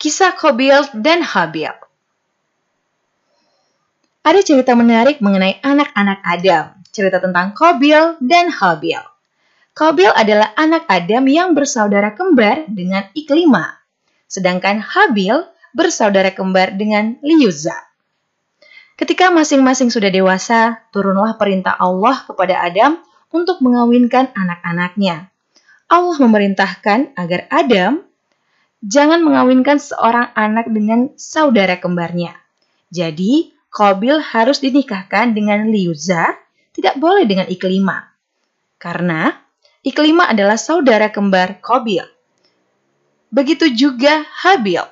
Kisah Qabil dan Habil. Ada cerita menarik mengenai anak-anak Adam. Cerita tentang Qabil dan Habil. Qabil adalah anak Adam yang bersaudara kembar dengan Iklima. Sedangkan Habil bersaudara kembar dengan Liuzza. Ketika masing-masing sudah dewasa, turunlah perintah Allah kepada Adam untuk mengawinkan anak-anaknya. Allah memerintahkan agar Adam jangan mengawinkan seorang anak dengan saudara kembarnya. Jadi, Qabil harus dinikahkan dengan Liuzza, tidak boleh dengan Iklima. Karena Iklima adalah saudara kembar Qabil. Begitu juga Habil.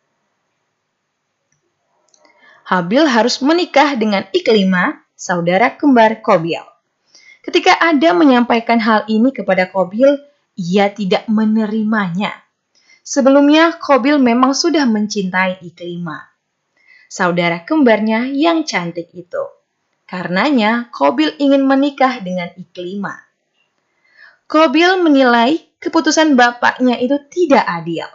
Habil harus menikah dengan Iklima, saudara kembar Qabil. Ketika Adam menyampaikan hal ini kepada Qabil, ia tidak menerimanya. Sebelumnya, Qabil memang sudah mencintai Iklima, saudara kembarnya yang cantik itu. Karenanya, Qabil ingin menikah dengan Iklima. Qabil menilai keputusan bapaknya itu tidak adil.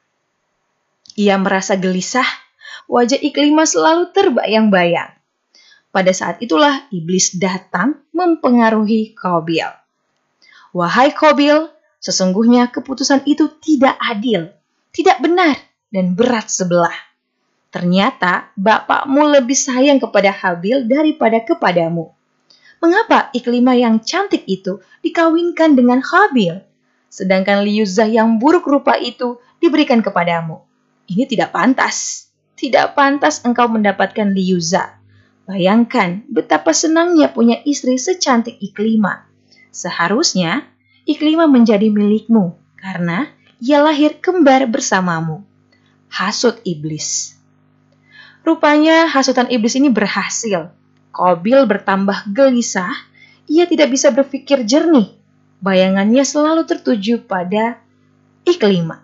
Ia merasa gelisah, wajah Iklima selalu terbayang-bayang. Pada saat itulah iblis datang mempengaruhi Qabil. Wahai Qabil, sesungguhnya keputusan itu tidak adil, tidak benar, dan berat sebelah. Ternyata bapakmu lebih sayang kepada Habil daripada kepadamu. Mengapa Iklima yang cantik itu dikawinkan dengan Habil, sedangkan Liuzza yang buruk rupa itu diberikan kepadamu? Ini tidak pantas. Tidak pantas engkau mendapatkan Liuzza. Bayangkan betapa senangnya punya istri secantik Iklima. Seharusnya Iklima menjadi milikmu karena ia lahir kembar bersamamu. Hasut iblis. Rupanya hasutan iblis ini berhasil. Qabil bertambah gelisah. Ia tidak bisa berpikir jernih. Bayangannya selalu tertuju pada Iklima.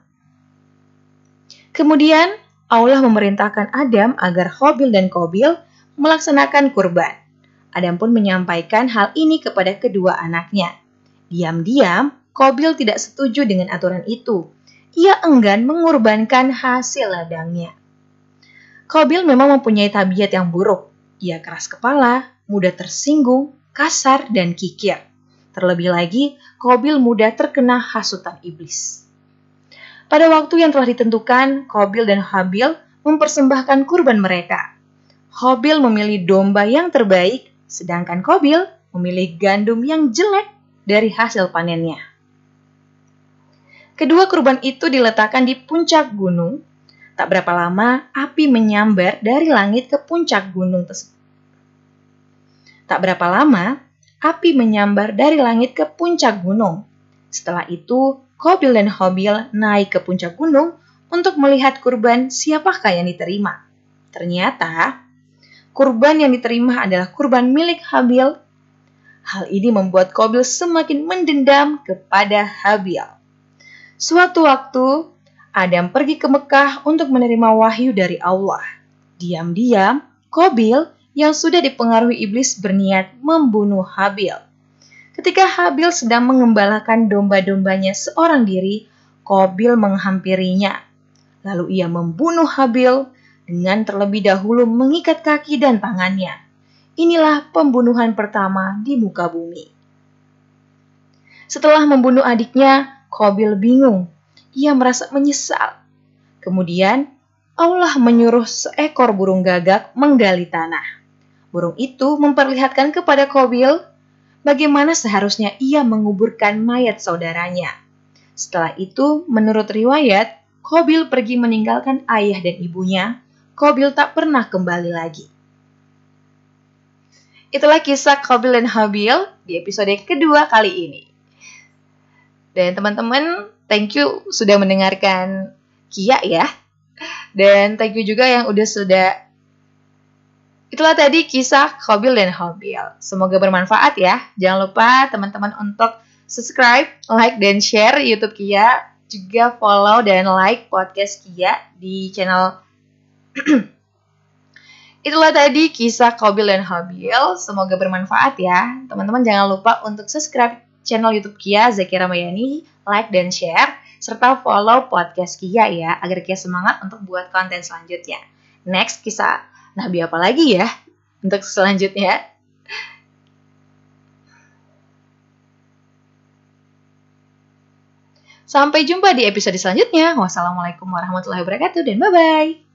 Kemudian Allah memerintahkan Adam agar Habil dan Qabil melaksanakan kurban. Adam pun menyampaikan hal ini kepada kedua anaknya. Diam-diam, Qabil tidak setuju dengan aturan itu. Ia enggan mengorbankan hasil ladangnya. Qabil memang mempunyai tabiat yang buruk. Ia keras kepala, mudah tersinggung, kasar, dan kikir. Terlebih lagi, Qabil mudah terkena hasutan iblis. Pada waktu yang telah ditentukan, Qabil dan Habil mempersembahkan kurban mereka. Habil memilih domba yang terbaik, sedangkan Qabil memilih gandum yang jelek dari hasil panennya. Kedua kurban itu diletakkan di puncak gunung. Tak berapa lama, api menyambar dari langit ke puncak gunung tersebut. Tak berapa lama, api menyambar dari langit ke puncak gunung. Setelah itu, Qabil dan Habil naik ke puncak gunung untuk melihat kurban siapakah yang diterima. Ternyata, kurban yang diterima adalah kurban milik Habil. Hal ini membuat Qabil semakin mendendam kepada Habil. Suatu waktu, Adam pergi ke Mekah untuk menerima wahyu dari Allah. Diam-diam, Qabil yang sudah dipengaruhi iblis berniat membunuh Habil. Ketika Habil sedang mengembalakan domba-dombanya seorang diri, Qabil menghampirinya. Lalu ia membunuh Habil dengan terlebih dahulu mengikat kaki dan tangannya. Inilah pembunuhan pertama di muka bumi. Setelah membunuh adiknya, Qabil bingung. Ia merasa menyesal. Kemudian, Allah menyuruh seekor burung gagak menggali tanah. Burung itu memperlihatkan kepada Qabil bagaimana seharusnya ia menguburkan mayat saudaranya. Setelah itu, menurut riwayat, Qabil pergi meninggalkan ayah dan ibunya. Qabil tak pernah kembali lagi. Itulah kisah Qabil dan Habil di episode kedua kali ini. Dan teman-teman, thank you sudah mendengarkan Kia ya. Dan thank you juga yang sudah. Itulah tadi kisah Qabil dan Habil. Semoga bermanfaat ya. Jangan lupa teman-teman untuk subscribe, like, dan share YouTube Kia. Juga follow dan like podcast Kia di channel. Itulah tadi kisah Qabil dan Habil. Semoga bermanfaat ya. Teman-teman jangan lupa untuk subscribe channel YouTube Kia Zakira Mayani, like dan share. serta follow podcast Kia ya, agar Kia semangat untuk buat konten selanjutnya. Next, kisah Nabi apa lagi ya untuk selanjutnya? Sampai jumpa di episode selanjutnya. Wassalamualaikum warahmatullahi wabarakatuh dan bye-bye.